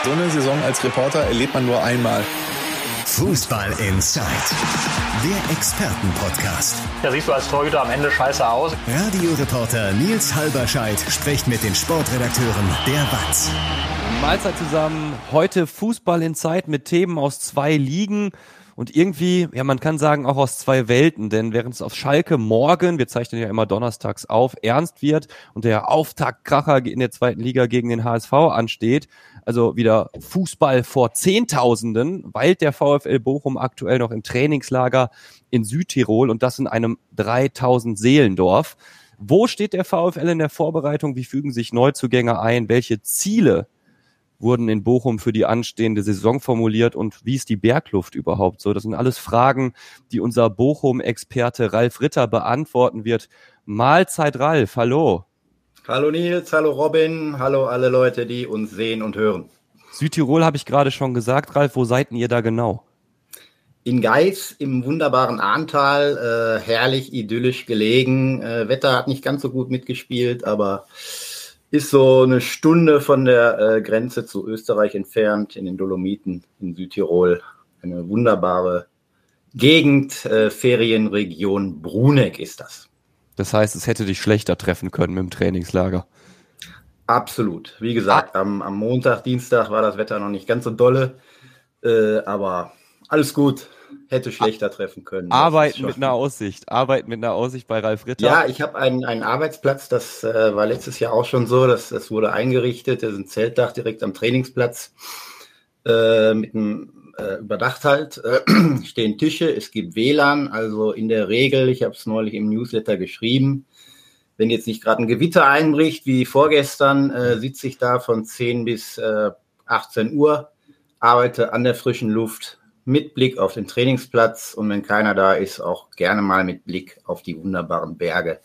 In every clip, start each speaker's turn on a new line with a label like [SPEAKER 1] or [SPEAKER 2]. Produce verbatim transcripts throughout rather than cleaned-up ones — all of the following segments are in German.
[SPEAKER 1] So eine Saison als Reporter erlebt man nur einmal.
[SPEAKER 2] Fußball Inside, der Expertenpodcast.
[SPEAKER 3] Da siehst du als Torhüter am Ende scheiße aus.
[SPEAKER 2] Radioreporter Nils Halberscheid spricht mit den Sportredakteuren der W A Z.
[SPEAKER 4] Mahlzeit zusammen. Heute Fußball Inside mit Themen aus zwei Ligen. Und irgendwie, ja, man kann sagen, auch aus zwei Welten, denn während es auf Schalke morgen, wir zeichnen ja immer donnerstags auf, ernst wird und der Auftaktkracher in der zweiten Liga gegen den H S V ansteht, also wieder Fußball vor Zehntausenden, weilt der VfL Bochum aktuell noch im Trainingslager in Südtirol und das in einem dreitausend Seelendorf. Wo steht der VfL in der Vorbereitung? Wie fügen sich Neuzugänge ein? Welche Ziele wurden in Bochum für die anstehende Saison formuliert und wie ist die Bergluft überhaupt so? Das sind alles Fragen, die unser Bochum-Experte Ralf Ritter beantworten wird. Mahlzeit Ralf, hallo.
[SPEAKER 5] Hallo Nils, hallo Robin, hallo alle Leute, die uns sehen und hören.
[SPEAKER 4] Südtirol habe ich gerade schon gesagt, Ralf, wo seid ihr da genau?
[SPEAKER 5] In Gais im wunderbaren Ahrntal, äh, herrlich idyllisch gelegen. Äh, Wetter hat nicht ganz so gut mitgespielt, aber ist so eine Stunde von der äh, Grenze zu Österreich entfernt, in den Dolomiten in Südtirol. Eine wunderbare Gegend, äh, Ferienregion Bruneck ist das.
[SPEAKER 4] Das heißt, es hätte dich schlechter treffen können mit dem Trainingslager.
[SPEAKER 5] Absolut. Wie gesagt, ah. am, am Montag, Dienstag war das Wetter noch nicht ganz so dolle, äh, aber alles gut. Hätte schlechter treffen können.
[SPEAKER 4] Arbeiten mit einer Aussicht. Arbeiten mit einer Aussicht bei Ralf Ritter.
[SPEAKER 5] Ja, ich habe einen, einen Arbeitsplatz, das äh, war letztes Jahr auch schon so, das, das wurde eingerichtet. Das ist ein Zeltdach direkt am Trainingsplatz äh, mit einem äh, Überdacht halt. Äh, stehen Tische, es gibt W L A N, also in der Regel, ich habe es neulich im Newsletter geschrieben, wenn jetzt nicht gerade ein Gewitter einbricht, wie vorgestern, äh, sitze ich da von zehn bis äh, achtzehn Uhr, arbeite an der frischen Luft, mit Blick auf den Trainingsplatz und wenn keiner da ist, auch gerne mal mit Blick auf die wunderbaren Berge,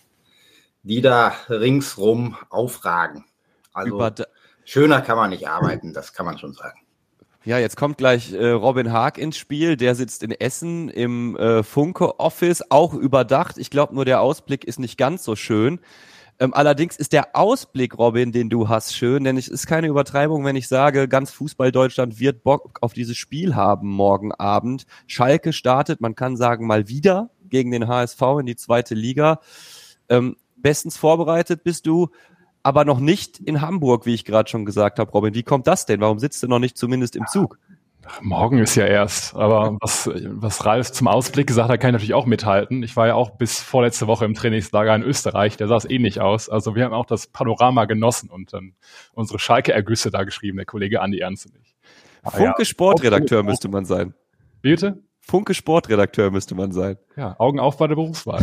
[SPEAKER 5] die da ringsrum aufragen. Also Überda- schöner kann man nicht arbeiten, das kann man schon sagen.
[SPEAKER 4] Ja, jetzt kommt gleich äh, Robin Haag ins Spiel, der sitzt in Essen im äh, Funke-Office, auch überdacht. Ich glaube nur, der Ausblick ist nicht ganz so schön. Ähm, allerdings ist der Ausblick, Robin, den du hast, schön, denn es ist keine Übertreibung, wenn ich sage, ganz Fußball-Deutschland wird Bock auf dieses Spiel haben morgen Abend. Schalke startet, man kann sagen, mal wieder gegen den H S V in die zweite Liga. Ähm, bestens vorbereitet bist du, aber noch nicht in Hamburg, wie ich gerade schon gesagt habe, Robin. Wie kommt das denn? Warum sitzt du noch nicht zumindest im Zug?
[SPEAKER 6] Morgen ist ja erst, aber was, was Ralf zum Ausblick gesagt hat, kann ich natürlich auch mithalten. Ich war ja auch bis vorletzte Woche im Trainingslager in Österreich, der sah es ähnlich aus. Also wir haben auch das Panorama genossen und dann unsere Schalke-Ergüsse da geschrieben, der Kollege Andi Ernst und ich.
[SPEAKER 4] Funke Sportredakteur müsste man sein.
[SPEAKER 6] Bitte?
[SPEAKER 4] Funke Sportredakteur müsste man sein.
[SPEAKER 6] Ja, Augen auf bei der Berufswahl.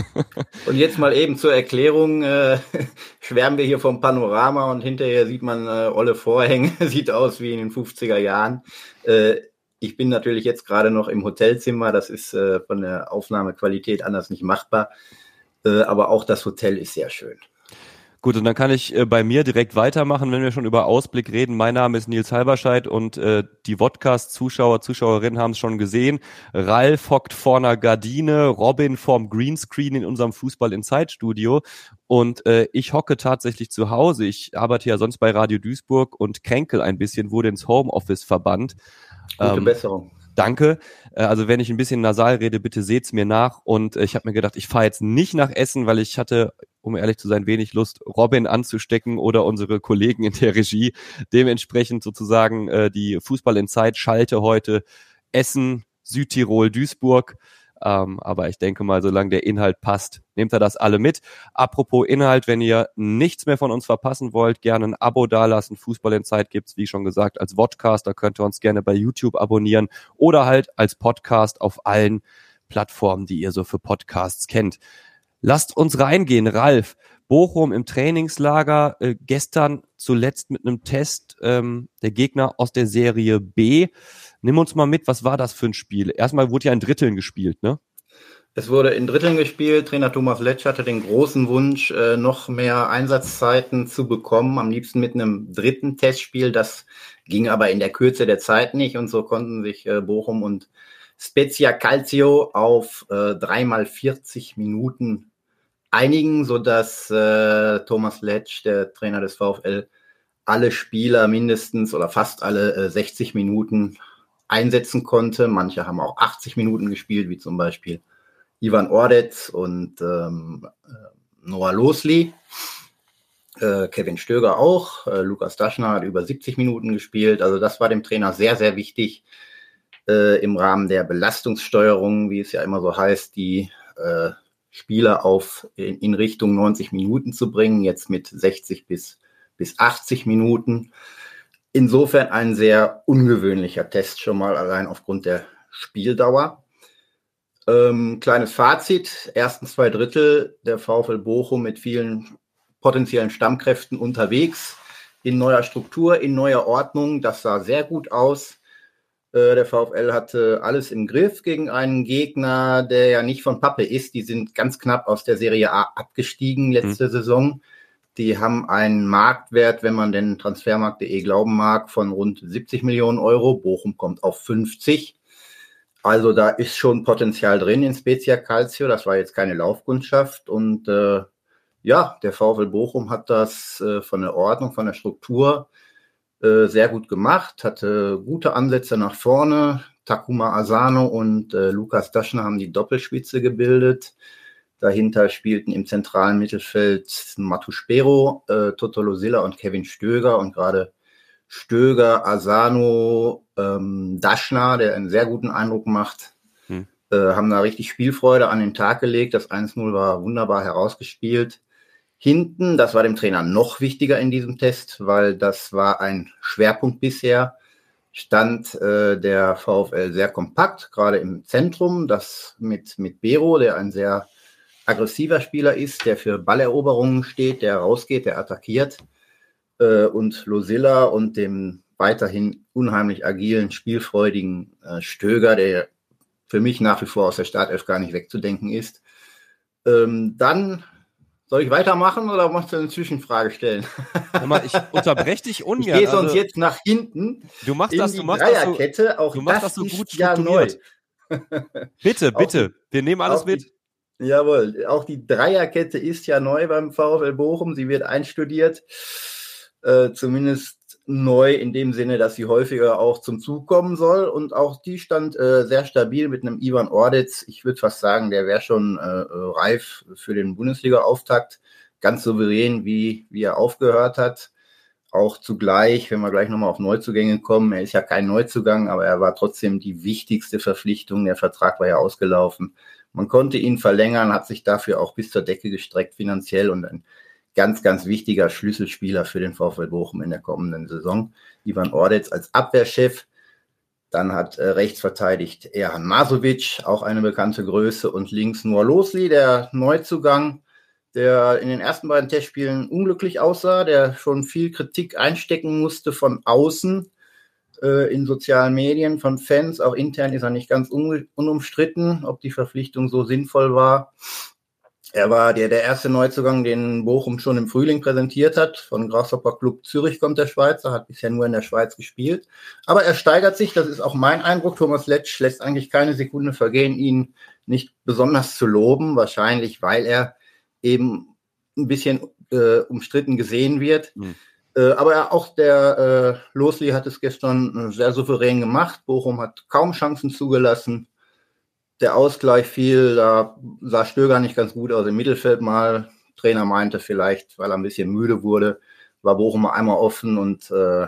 [SPEAKER 5] Und jetzt mal eben zur Erklärung, äh, schwärmen wir hier vom Panorama und hinterher sieht man äh, olle Vorhänge, sieht aus wie in den fünfziger Jahren. Äh, ich bin natürlich jetzt gerade noch im Hotelzimmer, das ist äh, von der Aufnahmequalität anders nicht machbar, äh, aber auch das Hotel ist sehr schön.
[SPEAKER 4] Gut, und dann kann ich äh, bei mir direkt weitermachen, wenn wir schon über Ausblick reden. Mein Name ist Nils Halberscheid und äh, die Vodcast-Zuschauer, Zuschauerinnen haben es schon gesehen. Ralf hockt vor einer Gardine, Robin vorm Greenscreen in unserem Fußball-Inside-Studio und äh, ich hocke tatsächlich zu Hause. Ich arbeite ja sonst bei Radio Duisburg und kränkel ein bisschen, wurde ins Homeoffice verbannt.
[SPEAKER 5] Gute
[SPEAKER 4] ähm,
[SPEAKER 5] Besserung.
[SPEAKER 4] Danke. Also wenn ich ein bisschen nasal rede, bitte seht's mir nach. Und ich habe mir gedacht, ich fahre jetzt nicht nach Essen, weil ich hatte, um ehrlich zu sein, wenig Lust, Robin anzustecken oder unsere Kollegen in der Regie. Dementsprechend sozusagen äh, die Fußball in Zeit schalte heute Essen, Südtirol, Duisburg. Ähm, aber ich denke mal, solange der Inhalt passt, nehmt ihr das alle mit. Apropos Inhalt, wenn ihr nichts mehr von uns verpassen wollt, gerne ein Abo dalassen. Fußball in Zeit gibt's, wie schon gesagt, als Vodcast. Da könnt ihr uns gerne bei YouTube abonnieren oder halt als Podcast auf allen Plattformen, die ihr so für Podcasts kennt. Lasst uns reingehen, Ralf. Bochum im Trainingslager, äh, gestern zuletzt mit einem Test ähm, der Gegner aus der Serie B. Nimm uns mal mit, was war das für ein Spiel? Erstmal wurde ja in Dritteln gespielt, ne?
[SPEAKER 5] Es wurde in Dritteln gespielt. Trainer Thomas Letsch hatte den großen Wunsch, äh, noch mehr Einsatzzeiten zu bekommen, am liebsten mit einem dritten Testspiel. Das ging aber in der Kürze der Zeit nicht und so konnten sich äh, Bochum und Spezia Calcio auf äh, dreimal vierzig Minuten einigen, sodass äh, Thomas Letsch, der Trainer des VfL, alle Spieler mindestens oder fast alle äh, sechzig Minuten einsetzen konnte. Manche haben auch achtzig Minuten gespielt, wie zum Beispiel Ivan Ordetz und ähm, Noah Losli. Äh, Kevin Stöger auch. Äh, Lukas Daschner hat über siebzig Minuten gespielt. Also das war dem Trainer sehr, sehr wichtig äh, im Rahmen der Belastungssteuerung, wie es ja immer so heißt, die äh, Spieler auf in, in Richtung neunzig Minuten zu bringen, jetzt mit sechzig bis, bis achtzig Minuten. Insofern ein sehr ungewöhnlicher Test schon mal, allein aufgrund der Spieldauer. Ähm, kleines Fazit, ersten zwei Drittel der VfL Bochum mit vielen potenziellen Stammkräften unterwegs, in neuer Struktur, in neuer Ordnung. Das sah sehr gut aus. Äh, der VfL hatte alles im Griff gegen einen Gegner, der ja nicht von Pappe ist. Die sind ganz knapp aus der Serie A abgestiegen letzte mhm. Saison. Die haben einen Marktwert, wenn man den Transfermarkt punkt de glauben mag, von rund siebzig Millionen Euro. Bochum kommt auf fünfzig. Also da ist schon Potenzial drin in Spezia Calcio. Das war jetzt keine Laufkundschaft. Und äh, ja, der VfL Bochum hat das äh, von der Ordnung, von der Struktur äh, sehr gut gemacht. Hatte gute Ansätze nach vorne. Takuma Asano und äh, Lukas Daschner haben die Doppelspitze gebildet. Dahinter spielten im zentralen Mittelfeld Matus Pero, äh, Totolo Silla und Kevin Stöger. Und gerade Stöger, Asano, ähm, Daschner, der einen sehr guten Eindruck macht, hm. äh, haben da richtig Spielfreude an den Tag gelegt. Das eins null war wunderbar herausgespielt. Hinten, das war dem Trainer noch wichtiger in diesem Test, weil das war ein Schwerpunkt bisher, stand äh, der VfL sehr kompakt, gerade im Zentrum. Das mit, mit Bero, der ein sehr aggressiver Spieler ist, der für Balleroberungen steht, der rausgeht, der attackiert. Äh, und Losilla und dem weiterhin unheimlich agilen, spielfreudigen äh, Stöger, der für mich nach wie vor aus der Startelf gar nicht wegzudenken ist. Ähm, dann, soll ich weitermachen oder musst du eine Zwischenfrage stellen?
[SPEAKER 4] Mal, ich unterbreche dich ungern.
[SPEAKER 5] Ich gehe sonst
[SPEAKER 4] also,
[SPEAKER 5] jetzt nach hinten
[SPEAKER 4] du machst
[SPEAKER 5] in
[SPEAKER 4] das,
[SPEAKER 5] die
[SPEAKER 4] du machst
[SPEAKER 5] Dreierkette.
[SPEAKER 4] Das so,
[SPEAKER 5] auch
[SPEAKER 4] du machst
[SPEAKER 5] das,
[SPEAKER 4] das so gut
[SPEAKER 5] ist ja neu.
[SPEAKER 4] Bitte, bitte, die, wir nehmen alles mit.
[SPEAKER 5] Die, jawohl, auch die Dreierkette ist ja neu beim VfL Bochum. Sie wird einstudiert. Äh, zumindest neu in dem Sinne, dass sie häufiger auch zum Zug kommen soll. Und auch die stand äh, sehr stabil mit einem Ivan Ordetz. Ich würde fast sagen, der wäre schon äh, reif für den Bundesliga-Auftakt. Ganz souverän, wie, wie er aufgehört hat. Auch zugleich, wenn wir gleich nochmal auf Neuzugänge kommen, er ist ja kein Neuzugang, aber er war trotzdem die wichtigste Verpflichtung. Der Vertrag war ja ausgelaufen. Man konnte ihn verlängern, hat sich dafür auch bis zur Decke gestreckt finanziell und ein ganz, ganz wichtiger Schlüsselspieler für den VfL Bochum in der kommenden Saison. Ivan Ordetz als Abwehrchef. Dann hat äh, rechts verteidigt Erhan Masovic, auch eine bekannte Größe. Und links Noah Losli, der Neuzugang, der in den ersten beiden Testspielen unglücklich aussah, der schon viel Kritik einstecken musste von außen äh, in sozialen Medien, von Fans. Auch intern ist er nicht ganz un- unumstritten, ob die Verpflichtung so sinnvoll war. Er war der, der erste Neuzugang, den Bochum schon im Frühling präsentiert hat. Von Grasshopper Club Zürich kommt der Schweizer, hat bisher nur in der Schweiz gespielt. Aber er steigert sich, das ist auch mein Eindruck. Thomas Letsch lässt eigentlich keine Sekunde vergehen, ihn nicht besonders zu loben. Wahrscheinlich, weil er eben ein bisschen äh, umstritten gesehen wird. Mhm. Äh, aber auch der äh, Losli hat es gestern sehr souverän gemacht. Bochum hat kaum Chancen zugelassen. Der Ausgleich fiel, da sah Stöger nicht ganz gut aus im Mittelfeld mal. Trainer meinte vielleicht, weil er ein bisschen müde wurde, war Bochum einmal offen und äh,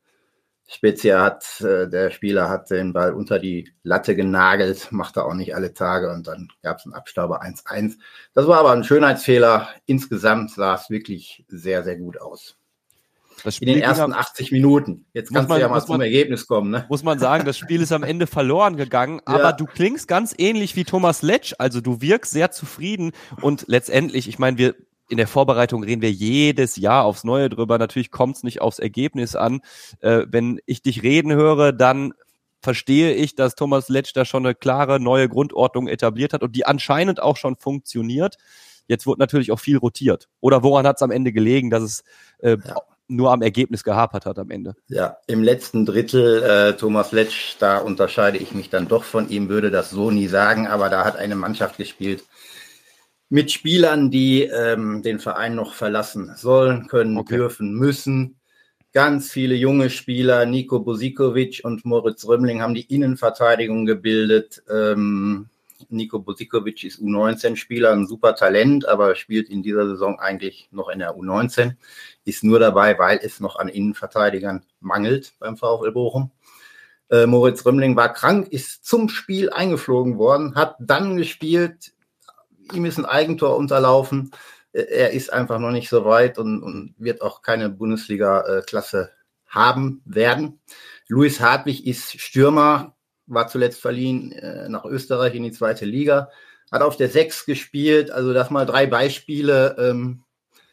[SPEAKER 5] Spezia hat, äh, der Spieler hat den Ball unter die Latte genagelt, macht er auch nicht alle Tage und dann gab es einen Abstauber eins eins. Das war aber ein Schönheitsfehler. Insgesamt sah es wirklich sehr, sehr gut aus. Das Spiel in den ersten achtzig Minuten. Jetzt kannst man, du ja mal zum man, Ergebnis kommen. Ne?
[SPEAKER 4] Muss man sagen, das Spiel ist am Ende verloren gegangen, aber ja. Du klingst ganz ähnlich wie Thomas Letsch, also du wirkst sehr zufrieden und letztendlich, ich meine, wir in der Vorbereitung reden wir jedes Jahr aufs Neue drüber, natürlich kommt es nicht aufs Ergebnis an. Äh, wenn ich dich reden höre, dann verstehe ich, dass Thomas Letsch da schon eine klare neue Grundordnung etabliert hat und die anscheinend auch schon funktioniert. Jetzt wird natürlich auch viel rotiert. Oder woran hat es am Ende gelegen, dass es äh, ja. nur am Ergebnis gehapert hat am Ende?
[SPEAKER 5] Ja, im letzten Drittel, äh, Thomas Letsch, da unterscheide ich mich dann doch von ihm, würde das so nie sagen, aber da hat eine Mannschaft gespielt mit Spielern, die ähm, den Verein noch verlassen sollen, können, okay. dürfen, müssen. ganz viele junge Spieler, Nico Bosikovic und Moritz Römmling haben die Innenverteidigung gebildet. Ähm, Nico Bosikovic ist U neunzehn-Spieler, ein super Talent, aber spielt in dieser Saison eigentlich noch in der U neunzehn. Ist nur dabei, weil es noch an Innenverteidigern mangelt beim VfL Bochum. Äh, Moritz Römmling war krank, ist zum Spiel eingeflogen worden, hat dann gespielt. Ihm ist ein Eigentor unterlaufen. Er ist einfach noch nicht so weit und, und wird auch keine Bundesliga-Klasse haben werden. Luis Hartwig ist Stürmer, war zuletzt verliehen äh, nach Österreich in die zweite Liga, hat auf der sechs gespielt. Also das mal drei Beispiele, ähm,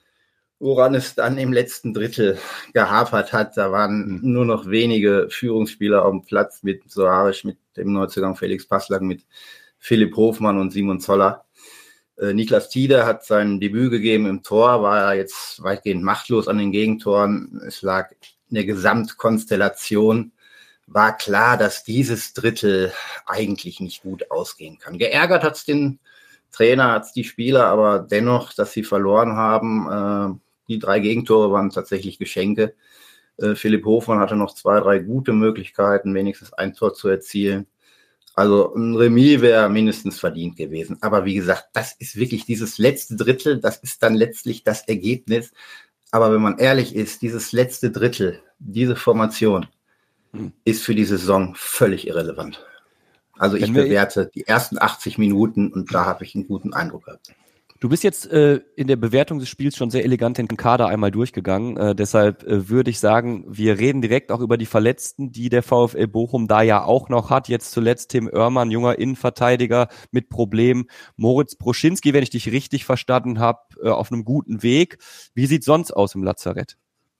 [SPEAKER 5] woran es dann im letzten Drittel gehapert hat. Da waren nur noch wenige Führungsspieler auf dem Platz mit Soares, mit dem Neuzugang Felix Passlack, mit Philipp Hofmann und Simon Zoller. Äh, Niklas Tiede hat sein Debüt gegeben im Tor, war ja jetzt weitgehend machtlos an den Gegentoren. Es lag in der Gesamtkonstellation. War klar, dass dieses Drittel eigentlich nicht gut ausgehen kann. Geärgert hat es den Trainer, hat es die Spieler, aber dennoch, dass sie verloren haben. Äh, die drei Gegentore waren tatsächlich Geschenke. Äh, Philipp Hofmann hatte noch zwei, drei gute Möglichkeiten, wenigstens ein Tor zu erzielen. Also ein Remis wäre mindestens verdient gewesen. Aber wie gesagt, das ist wirklich dieses letzte Drittel, das ist dann letztlich das Ergebnis. Aber wenn man ehrlich ist, dieses letzte Drittel, diese Formation hm. ist für die Saison völlig irrelevant. Also ich bewerte die ersten achtzig Minuten und da habe ich einen guten Eindruck gehabt.
[SPEAKER 4] Du bist jetzt äh, in der Bewertung des Spiels schon sehr elegant den Kader einmal durchgegangen. Äh, deshalb äh, würde ich sagen, wir reden direkt auch über die Verletzten, die der VfL Bochum da ja auch noch hat. Jetzt zuletzt Tim Oermann, junger Innenverteidiger mit Problemen. Moritz Broschinski, wenn ich dich richtig verstanden habe, äh, auf einem guten Weg. Wie sieht sonst aus im Lazarett?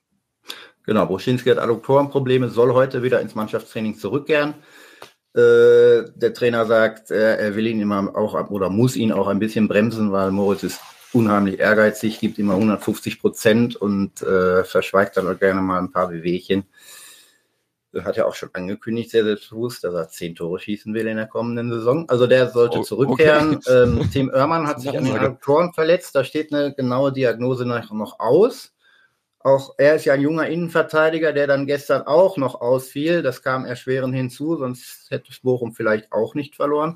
[SPEAKER 5] Genau, Broschinski hat Adduktorenprobleme, soll heute wieder ins Mannschaftstraining zurückkehren. Äh, der Trainer sagt, äh, er will ihn immer auch oder muss ihn auch ein bisschen bremsen, weil Moritz ist unheimlich ehrgeizig, gibt immer hundertfünfzig Prozent und äh, verschweigt dann auch gerne mal ein paar Wehwehchen. Hat er auch schon angekündigt, sehr selbstbewusst, dass er zehn Tore schießen will in der kommenden Saison. Also der sollte oh, zurückkehren. Okay. Ähm, Tim Oermann hat sich an den Adduktoren verletzt, da steht eine genaue Diagnose noch aus. Auch er ist ja ein junger Innenverteidiger, der dann gestern auch noch ausfiel. Das kam erschwerend hinzu, sonst hätte Bochum vielleicht auch nicht verloren.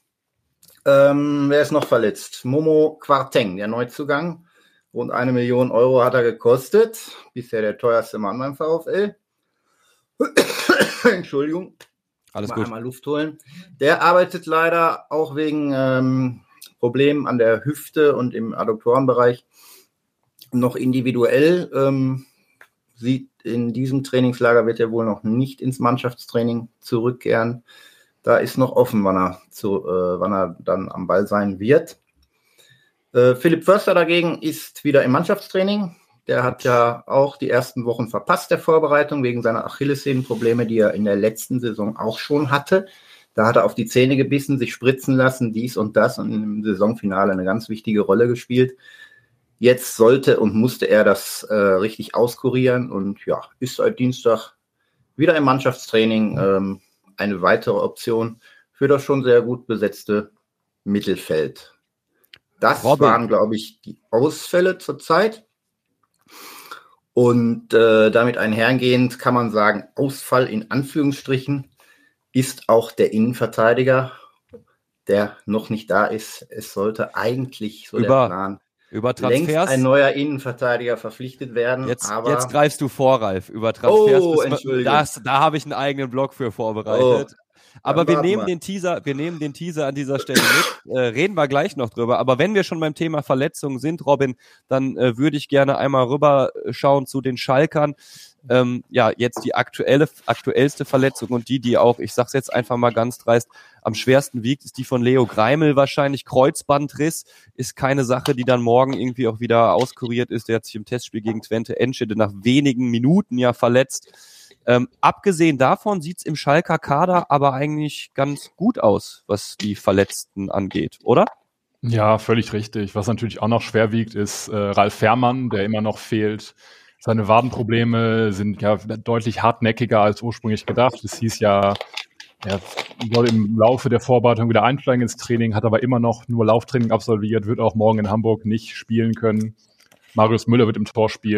[SPEAKER 5] Ähm, wer ist noch verletzt? Momo Quarteng, der Neuzugang. Rund eine Million Euro hat er gekostet. Bisher der teuerste Mann beim VfL. Entschuldigung.
[SPEAKER 4] Alles
[SPEAKER 5] mal
[SPEAKER 4] gut.
[SPEAKER 5] Einmal Luft holen. Der arbeitet leider auch wegen ähm, Problemen an der Hüfte und im Adduktorenbereich noch individuell, ähm, sieht in diesem Trainingslager wird er wohl noch nicht ins Mannschaftstraining zurückkehren. Da ist noch offen, wann er, zu, äh, wann er dann am Ball sein wird. Äh, Philipp Förster dagegen ist wieder im Mannschaftstraining. Der hat ja auch die ersten Wochen verpasst der Vorbereitung wegen seiner Achillessehnenprobleme, die er in der letzten Saison auch schon hatte. Da hat er auf die Zähne gebissen, sich spritzen lassen, dies und das und im Saisonfinale eine ganz wichtige Rolle gespielt. Jetzt sollte und musste er das äh, richtig auskurieren und ja, ist seit Dienstag wieder im Mannschaftstraining ähm, eine weitere Option für das schon sehr gut besetzte Mittelfeld. Das Robin. waren, glaube ich, die Ausfälle zurzeit. Und äh, damit einhergehend kann man sagen, Ausfall in Anführungsstrichen ist auch der Innenverteidiger, der noch nicht da ist. Es sollte eigentlich so
[SPEAKER 4] Über.
[SPEAKER 5] der Plan
[SPEAKER 4] Über Transfers.
[SPEAKER 5] längst ein neuer Innenverteidiger verpflichtet werden.
[SPEAKER 4] Jetzt,
[SPEAKER 5] aber
[SPEAKER 4] jetzt greifst du vor, Ralf. Über Transfers.
[SPEAKER 5] Oh,
[SPEAKER 4] wir, das, da habe ich einen eigenen Blog für vorbereitet. Oh, aber wir nehmen den Teaser, wir nehmen den Teaser an dieser Stelle mit. Äh, reden wir gleich noch drüber. Aber wenn wir schon beim Thema Verletzungen sind, Robin, dann äh, würde ich gerne einmal rüberschauen zu den Schalkern. Ähm, ja, jetzt die aktuelle, aktuellste Verletzung und die, die auch, ich sag's jetzt einfach mal ganz dreist, am schwersten wiegt, ist die von Leo Greimel wahrscheinlich. Kreuzbandriss ist keine Sache, die dann morgen irgendwie auch wieder auskuriert ist. Der hat sich im Testspiel gegen Twente Enschede nach wenigen Minuten ja verletzt. Ähm, abgesehen davon sieht's im Schalker Kader aber eigentlich ganz gut aus, was die Verletzten angeht, oder?
[SPEAKER 6] Ja, völlig richtig. Was natürlich auch noch schwer wiegt, ist äh, Ralf Fährmann, der immer noch fehlt. Seine Wadenprobleme sind ja deutlich hartnäckiger als ursprünglich gedacht. Es hieß ja, er soll im Laufe der Vorbereitung wieder einsteigen ins Training, hat aber immer noch nur Lauftraining absolviert, wird auch morgen in Hamburg nicht spielen können. Marius Müller wird im Tor spielen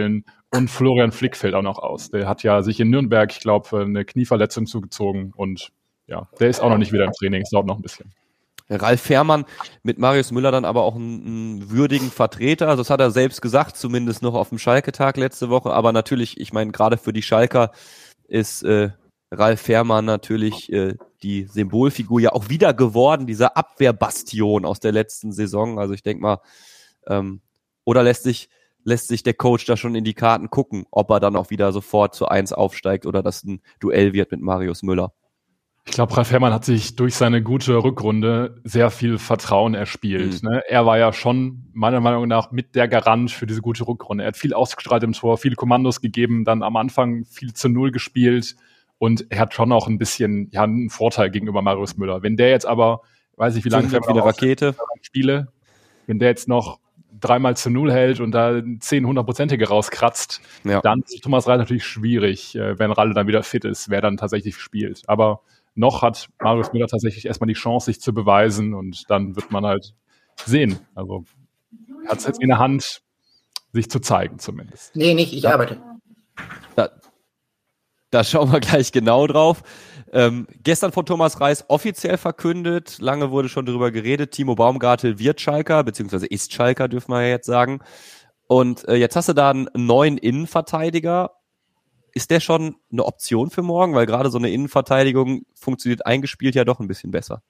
[SPEAKER 6] Und Florian Flick fällt auch noch aus. Der hat ja sich in Nürnberg, ich glaube, eine Knieverletzung zugezogen und ja, der ist auch noch nicht wieder im Training, es dauert noch ein bisschen.
[SPEAKER 4] Ralf Fährmann mit Marius Müller dann aber auch einen, einen würdigen Vertreter, also das hat er selbst gesagt, zumindest noch auf dem Schalke-Tag letzte Woche, aber natürlich, ich meine, gerade für die Schalker ist äh, Ralf Fährmann natürlich äh, die Symbolfigur ja auch wieder geworden, dieser Abwehrbastion aus der letzten Saison, also ich denke mal, ähm, oder lässt sich lässt sich der Coach da schon in die Karten gucken, ob er dann auch wieder sofort zu eins aufsteigt oder das ein Duell wird mit Marius Müller.
[SPEAKER 6] Ich glaube, Ralf Fährmann hat sich durch seine gute Rückrunde sehr viel Vertrauen erspielt. Mhm. Ne? Er war ja schon meiner Meinung nach mit der Garant für diese gute Rückrunde. Er hat viel ausgestrahlt im Tor, viele Kommandos gegeben, dann am Anfang viel zu Null gespielt und er hat schon auch ein bisschen ja einen Vorteil gegenüber Marius Müller. Wenn der jetzt aber, weiß ich wie lange
[SPEAKER 4] so viele Rakete
[SPEAKER 6] Spiele, wenn der jetzt noch dreimal zu Null hält und da zehn hundertprozentige rauskratzt, ja. Dann ist Thomas Reis natürlich schwierig, wenn Ralle dann wieder fit ist, wer dann tatsächlich spielt. Aber noch hat Marius Müller tatsächlich erstmal die Chance, sich zu beweisen und dann wird man halt sehen. Also er hat es jetzt in der Hand, sich zu zeigen zumindest.
[SPEAKER 5] Nee, nicht, ich
[SPEAKER 4] ja.
[SPEAKER 5] arbeite.
[SPEAKER 4] Da, da schauen wir gleich genau drauf. Ähm, gestern von Thomas Reis offiziell verkündet, lange wurde schon darüber geredet, Timo Baumgartel wird Schalker, beziehungsweise ist Schalker, dürfen wir ja jetzt sagen. Und äh, jetzt hast du da einen neuen Innenverteidiger. Ist der schon eine Option für morgen? Weil gerade so eine Innenverteidigung funktioniert eingespielt ja doch ein bisschen besser.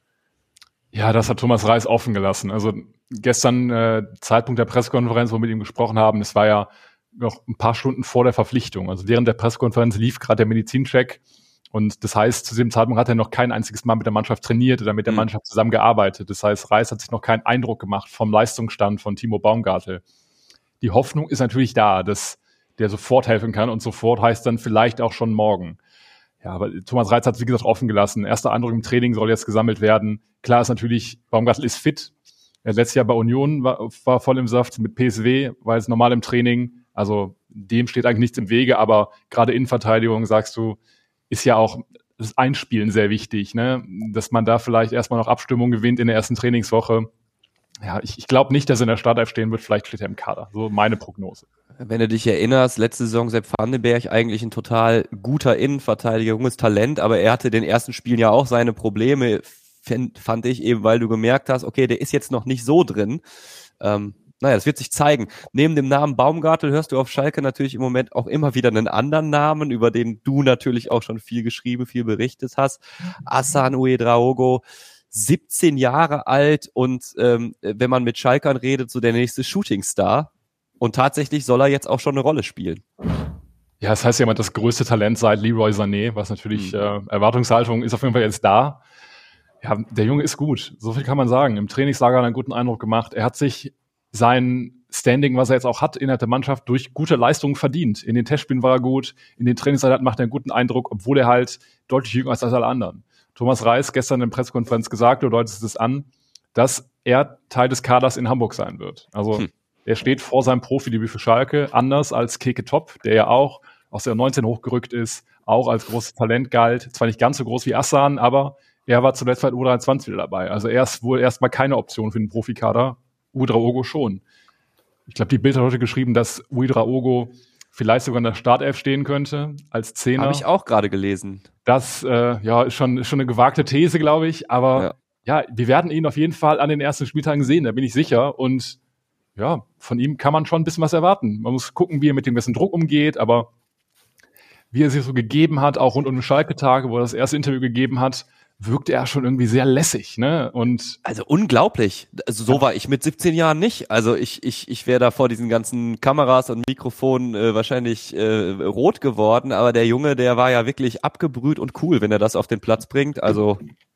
[SPEAKER 6] Ja, das hat Thomas Reis offen gelassen. Also gestern, äh, Zeitpunkt der Pressekonferenz, wo wir mit ihm gesprochen haben, das war ja noch ein paar Stunden vor der Verpflichtung. Also während der Pressekonferenz lief gerade der Medizincheck. Und das heißt, zu diesem Zeitpunkt hat er noch kein einziges Mal mit der Mannschaft trainiert oder mit der Mannschaft zusammengearbeitet. Das heißt, Reis hat sich noch keinen Eindruck gemacht vom Leistungsstand von Timo Baumgartel. Die Hoffnung ist natürlich da, dass der sofort helfen kann und sofort heißt dann vielleicht auch schon morgen. Ja, aber Thomas Reis hat es, wie gesagt, offen gelassen. Erster Eindruck im Training soll jetzt gesammelt werden. Klar ist natürlich, Baumgartel ist fit. Er letztes Jahr bei Union war, war voll im Saft, mit P S V war jetzt normal im Training. Also dem steht eigentlich nichts im Wege, aber gerade Innenverteidigung, sagst du, ist ja auch das Einspielen sehr wichtig, ne? Dass man da vielleicht erstmal noch Abstimmung gewinnt in der ersten Trainingswoche. Ja, ich, ich glaube nicht, dass er in der Startelf stehen wird. Vielleicht steht er im Kader. So meine Prognose.
[SPEAKER 4] Wenn du dich erinnerst, letzte Saison Sepp Vandenberg eigentlich ein total guter Innenverteidiger, junges Talent, aber er hatte in den ersten Spielen ja auch seine Probleme, fand, fand ich eben, weil du gemerkt hast, okay, der ist jetzt noch nicht so drin. Ähm, Naja, das wird sich zeigen. Neben dem Namen Baumgartel hörst du auf Schalke natürlich im Moment auch immer wieder einen anderen Namen, über den du natürlich auch schon viel geschrieben, viel berichtet hast. Hassan Ouedraogo, siebzehn Jahre alt und ähm, wenn man mit Schalkern redet, so der nächste Shootingstar. Und tatsächlich soll er jetzt auch schon eine Rolle spielen.
[SPEAKER 6] Ja, das heißt ja immer das größte Talent seit Leroy Sané, was natürlich mhm. äh, Erwartungshaltung ist auf jeden Fall jetzt da. Ja, der Junge ist gut, so viel kann man sagen. Im Trainingslager hat er einen guten Eindruck gemacht. Er hat sich sein Standing, was er jetzt auch hat innerhalb der Mannschaft, durch gute Leistungen verdient. In den Testspielen war er gut, in den Trainingseinheiten macht er einen guten Eindruck, obwohl er halt deutlich jünger ist als alle anderen. Thomas Reis gestern in der Pressekonferenz gesagt, du deutest es an, dass er Teil des Kaders in Hamburg sein wird. Also hm. er steht vor seinem Profidebüt für Schalke, anders als Keke Top, der ja auch aus der U neunzehn hochgerückt ist, auch als großes Talent galt. Zwar nicht ganz so groß wie Hassan, aber er war zuletzt bei U dreiundzwanzig wieder dabei. Also er ist wohl erstmal keine Option für den Profikader. Ouedraogo schon. Ich glaube, die Bild hat heute geschrieben, dass Ouedraogo vielleicht sogar in der Startelf stehen könnte, als Zehner.
[SPEAKER 4] Habe ich auch gerade gelesen.
[SPEAKER 6] Das äh, ja, ist, schon, ist schon eine gewagte These, glaube ich. Aber ja. ja, wir werden ihn auf jeden Fall an den ersten Spieltagen sehen, da bin ich sicher. Und ja, von ihm kann man schon ein bisschen was erwarten. Man muss gucken, wie er mit dem ganzen Druck umgeht, aber wie er sich so gegeben hat, auch rund um die Schalke-Tage, wo er das erste Interview gegeben hat, wirkte er schon irgendwie sehr lässig, ne? Und
[SPEAKER 4] also unglaublich. Also so ja. war ich mit siebzehn Jahren nicht. Also ich ich ich wäre da vor diesen ganzen Kameras und Mikrofonen äh, wahrscheinlich äh, rot geworden, aber der Junge, der war ja wirklich abgebrüht und cool, wenn er das auf den Platz bringt. Also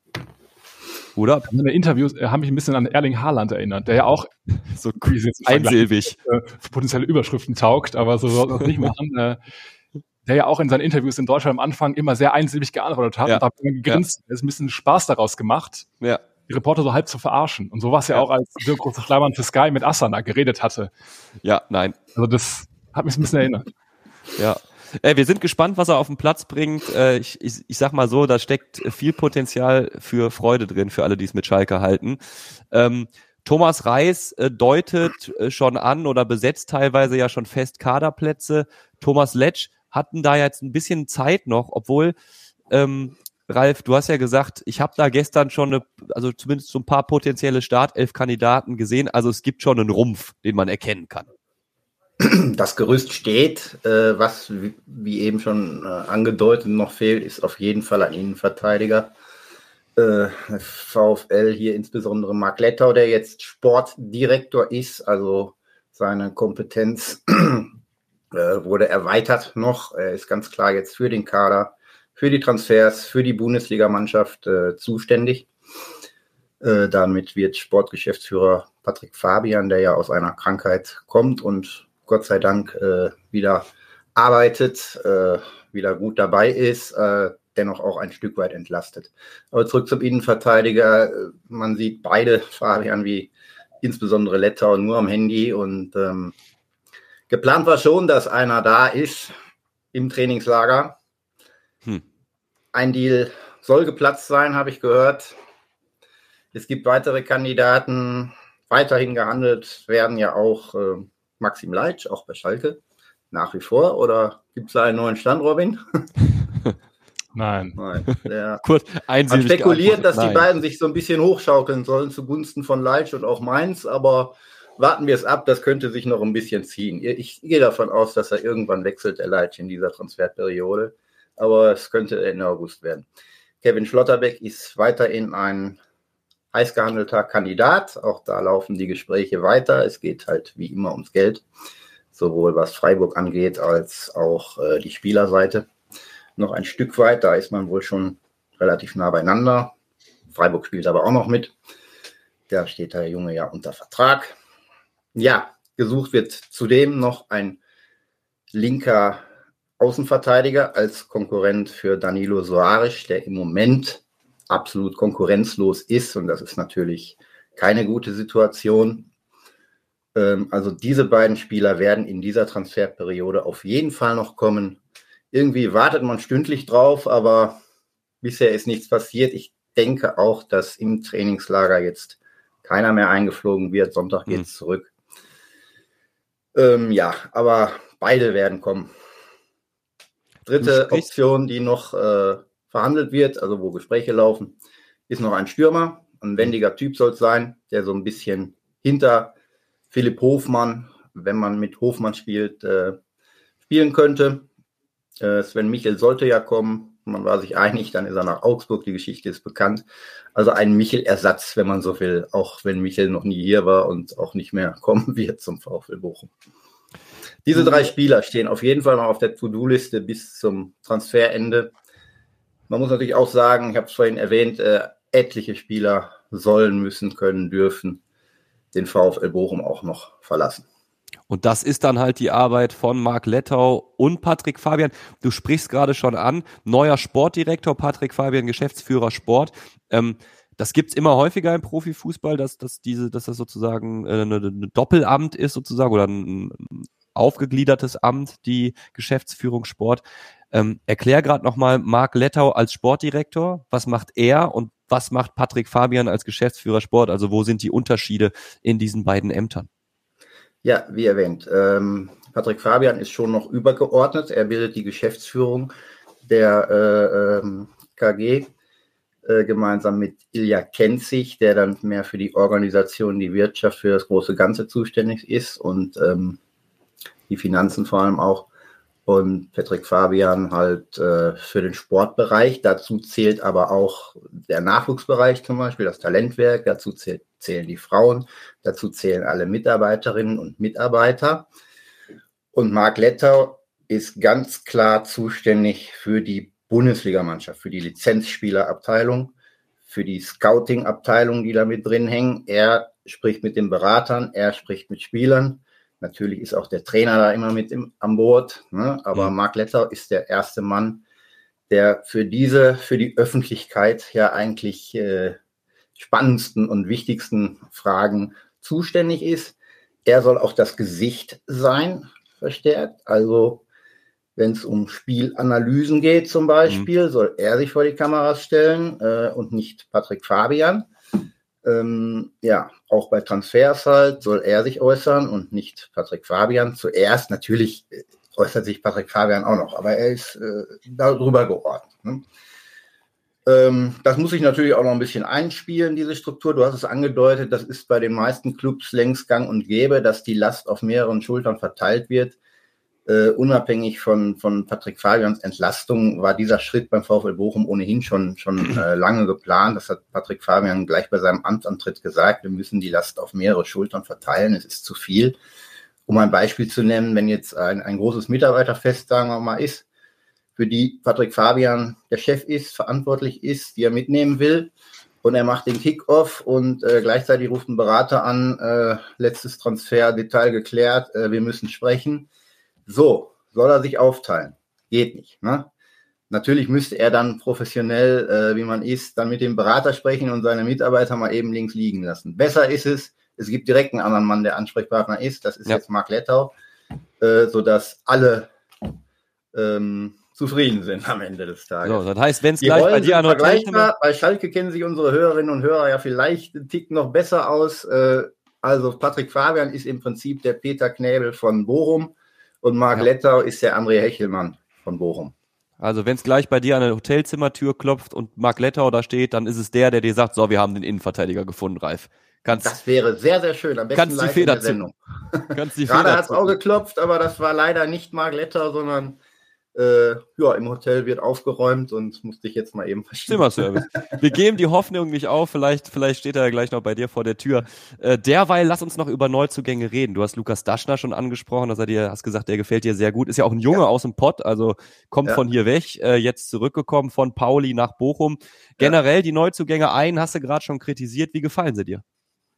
[SPEAKER 4] oder?
[SPEAKER 6] Meine Interviews äh, haben mich ein bisschen an Erling Haaland erinnert, der ja auch
[SPEAKER 4] so cool, einsilbig
[SPEAKER 6] äh, für potenzielle Überschriften taugt, aber so soll das nicht machen. Äh, der ja auch in seinen Interviews in Deutschland am Anfang immer sehr einsilbig geantwortet hat
[SPEAKER 4] ja.
[SPEAKER 6] und hat gegrinst. Ja. Er ist ein bisschen Spaß daraus gemacht,
[SPEAKER 4] ja.
[SPEAKER 6] die Reporter so halb zu verarschen. Und so war es ja, ja auch, als Dirk Große-Schleimann für Sky mit Asana geredet hatte.
[SPEAKER 4] Ja, nein.
[SPEAKER 6] Also das hat mich ein bisschen erinnert.
[SPEAKER 4] Ja. Äh, wir sind gespannt, was er auf den Platz bringt. Äh, ich, ich, ich sag mal so, da steckt viel Potenzial für Freude drin, für alle, die es mit Schalke halten. Ähm, Thomas Reis äh, deutet äh, schon an oder besetzt teilweise ja schon fest Kaderplätze. Thomas Letsch hatten da jetzt ein bisschen Zeit noch, obwohl, ähm, Ralf, du hast ja gesagt, ich habe da gestern schon, eine, also zumindest so ein paar potenzielle Startelf-Kandidaten gesehen, also es gibt schon einen Rumpf, den man erkennen kann.
[SPEAKER 5] Das Gerüst steht, äh, was wie, wie eben schon äh, angedeutet noch fehlt, ist auf jeden Fall ein Innenverteidiger. Äh, VfL hier insbesondere Marc Lettau, der jetzt Sportdirektor ist, also seine Kompetenz äh, wurde erweitert noch. Er ist ganz klar jetzt für den Kader, für die Transfers, für die Bundesligamannschaft äh, zuständig. Äh, damit wird Sportgeschäftsführer Patrick Fabian, der ja aus einer Krankheit kommt und Gott sei Dank äh, wieder arbeitet, äh, wieder gut dabei ist, äh, dennoch auch ein Stück weit entlastet. Aber zurück zum Innenverteidiger. Man sieht beide, Fabian wie insbesondere Lettau, nur am Handy. Und ähm, geplant war schon, dass einer da ist im Trainingslager. Hm. Ein Deal soll geplatzt sein, habe ich gehört. Es gibt weitere Kandidaten. Weiterhin gehandelt werden ja auch äh, Maxim Leitsch, auch bei Schalke, nach wie vor. Oder gibt es da einen neuen Stand, Robin?
[SPEAKER 6] Nein.
[SPEAKER 5] Nein. Der,
[SPEAKER 4] Kurz,
[SPEAKER 5] man spekuliert, dass Nein. die beiden sich so ein bisschen hochschaukeln sollen zugunsten von Leitsch und auch Mainz, aber warten wir es ab, das könnte sich noch ein bisschen ziehen. Ich gehe davon aus, dass er irgendwann wechselt, der Leitsch, in dieser Transferperiode, aber es könnte Ende August werden. Kevin Schlotterbeck ist weiterhin ein heiß gehandelter Kandidat, auch da laufen die Gespräche weiter, es geht halt wie immer ums Geld, sowohl was Freiburg angeht, als auch äh, die Spielerseite. Noch ein Stück weit, da ist man wohl schon relativ nah beieinander. Freiburg spielt aber auch noch mit. Da steht der Junge ja unter Vertrag. Ja, gesucht wird zudem noch ein linker Außenverteidiger als Konkurrent für Danilo Soares, der im Moment absolut konkurrenzlos ist. Und das ist natürlich keine gute Situation. Ähm, also diese beiden Spieler werden in dieser Transferperiode auf jeden Fall noch kommen. Irgendwie wartet man stündlich drauf, aber bisher ist nichts passiert. Ich denke auch, dass im Trainingslager jetzt keiner mehr eingeflogen wird. Sonntag geht es hm. zurück. Ähm, ja, aber beide werden kommen. Dritte Option, die noch äh, verhandelt wird, also wo Gespräche laufen, ist noch ein Stürmer. Ein wendiger Typ soll es sein, der so ein bisschen hinter Philipp Hofmann, wenn man mit Hofmann spielt, äh, spielen könnte. Sven Michel sollte ja kommen, man war sich einig, dann ist er nach Augsburg, die Geschichte ist bekannt. Also ein Michel-Ersatz, wenn man so will, auch wenn Michel noch nie hier war und auch nicht mehr kommen wird zum VfL Bochum. Diese drei Spieler stehen auf jeden Fall noch auf der To-Do-Liste bis zum Transferende. Man muss natürlich auch sagen, ich habe es vorhin erwähnt, äh, etliche Spieler sollen, müssen, können, dürfen den VfL Bochum auch noch verlassen.
[SPEAKER 4] Und das ist dann halt die Arbeit von Marc Lettau und Patrick Fabian. Du sprichst gerade schon an, neuer Sportdirektor, Patrick Fabian, Geschäftsführer Sport. Ähm, das gibt's immer häufiger im Profifußball, dass, dass, diese, dass das sozusagen eine, eine Doppelamt ist sozusagen oder ein aufgegliedertes Amt, die Geschäftsführung Sport. Ähm, erklär gerade nochmal Marc Lettau als Sportdirektor. Was macht er und was macht Patrick Fabian als Geschäftsführer Sport? Also wo sind die Unterschiede in diesen beiden Ämtern?
[SPEAKER 5] Ja, wie erwähnt, ähm, Patrick Fabian ist schon noch übergeordnet. Er bildet die Geschäftsführung der äh, ähm, K G äh, gemeinsam mit Ilja Kenzig, der dann mehr für die Organisation, die Wirtschaft, für das große Ganze zuständig ist und ähm, die Finanzen vor allem auch. Und Patrick Fabian halt äh, für den Sportbereich. Dazu zählt aber auch der Nachwuchsbereich zum Beispiel, das Talentwerk. Dazu zählt, zählen die Frauen. Dazu zählen alle Mitarbeiterinnen und Mitarbeiter. Und Marc Lettau ist ganz klar zuständig für die Bundesligamannschaft, für die Lizenzspielerabteilung, für die Scouting-Abteilung, die da mit drin hängen. Er spricht mit den Beratern, er spricht mit Spielern. Natürlich ist auch der Trainer da immer mit im, an Bord, ne? Aber mhm. Marc Lettau ist der erste Mann, der für diese, für die Öffentlichkeit ja eigentlich äh, spannendsten und wichtigsten Fragen zuständig ist. Er soll auch das Gesicht sein, verstärkt. Also wenn es um Spielanalysen geht zum Beispiel, mhm. soll er sich vor die Kameras stellen äh, und nicht Patrick Fabian. Ähm, ja, auch bei Transfers halt soll er sich äußern und nicht Patrick Fabian. Zuerst natürlich äußert sich Patrick Fabian auch noch, aber er ist äh, darüber geordnet. Ne? Ähm, das muss ich natürlich auch noch ein bisschen einspielen, diese Struktur. Du hast es angedeutet, das ist bei den meisten Clubs längst gang und gäbe, dass die Last auf mehreren Schultern verteilt wird. Uh, unabhängig von, von Patrick Fabians Entlastung war dieser Schritt beim VfL Bochum ohnehin schon, schon äh, lange geplant. Das hat Patrick Fabian gleich bei seinem Amtsantritt gesagt. Wir müssen die Last auf mehrere Schultern verteilen. Es ist zu viel. Um ein Beispiel zu nennen, wenn jetzt ein, ein großes Mitarbeiterfest, sagen wir mal, ist, für die Patrick Fabian der Chef ist, verantwortlich ist, die er mitnehmen will, und er macht den Kick-Off und äh, gleichzeitig ruft ein Berater an, äh, letztes Transfer-Detail geklärt, äh, wir müssen sprechen. So, soll er sich aufteilen? Geht nicht. Ne? Natürlich müsste er dann professionell, äh, wie man ist, dann mit dem Berater sprechen und seine Mitarbeiter mal eben links liegen lassen. Besser ist es, es gibt direkt einen anderen Mann, der Ansprechpartner ist. Das ist ja jetzt Marc Lettau, äh, sodass alle ähm, zufrieden sind am Ende des Tages.
[SPEAKER 4] So, das heißt, wenn es gleich bei dir an
[SPEAKER 5] vergleichbar, bei Schalke kennen sich unsere Hörerinnen und Hörer ja vielleicht einen Tick noch besser aus. Äh, also Patrick Fabian ist im Prinzip der Peter Knäbel von Bochum. Und Marc ja. Lettau ist der André Hechelmann von Bochum.
[SPEAKER 4] Also wenn es gleich bei dir an der Hotelzimmertür klopft und Marc Lettau da steht, dann ist es der, der dir sagt, so, wir haben den Innenverteidiger gefunden, Ralf. Kannst,
[SPEAKER 5] das wäre sehr, sehr schön. Am besten
[SPEAKER 4] kannst
[SPEAKER 5] live
[SPEAKER 4] die Feder
[SPEAKER 5] in der Sendung.
[SPEAKER 4] Kannst die
[SPEAKER 5] Gerade hat es auch geklopft, aber das war leider nicht Marc Lettau, sondern äh, ja, im Hotel wird aufgeräumt und musste ich jetzt mal eben verschieben.
[SPEAKER 4] Zimmerservice. Wir geben die Hoffnung nicht auf, vielleicht, vielleicht steht er ja gleich noch bei dir vor der Tür. Äh, derweil lass uns noch über Neuzugänge reden. Du hast Lukas Daschner schon angesprochen, dass er dir, hast gesagt, der gefällt dir sehr gut. Ist ja auch ein Junge ja. aus dem Pott, also kommt ja. von hier weg, äh, jetzt zurückgekommen von Pauli nach Bochum. Generell ja. die Neuzugänge ein, hast du gerade schon kritisiert. Wie gefallen sie dir?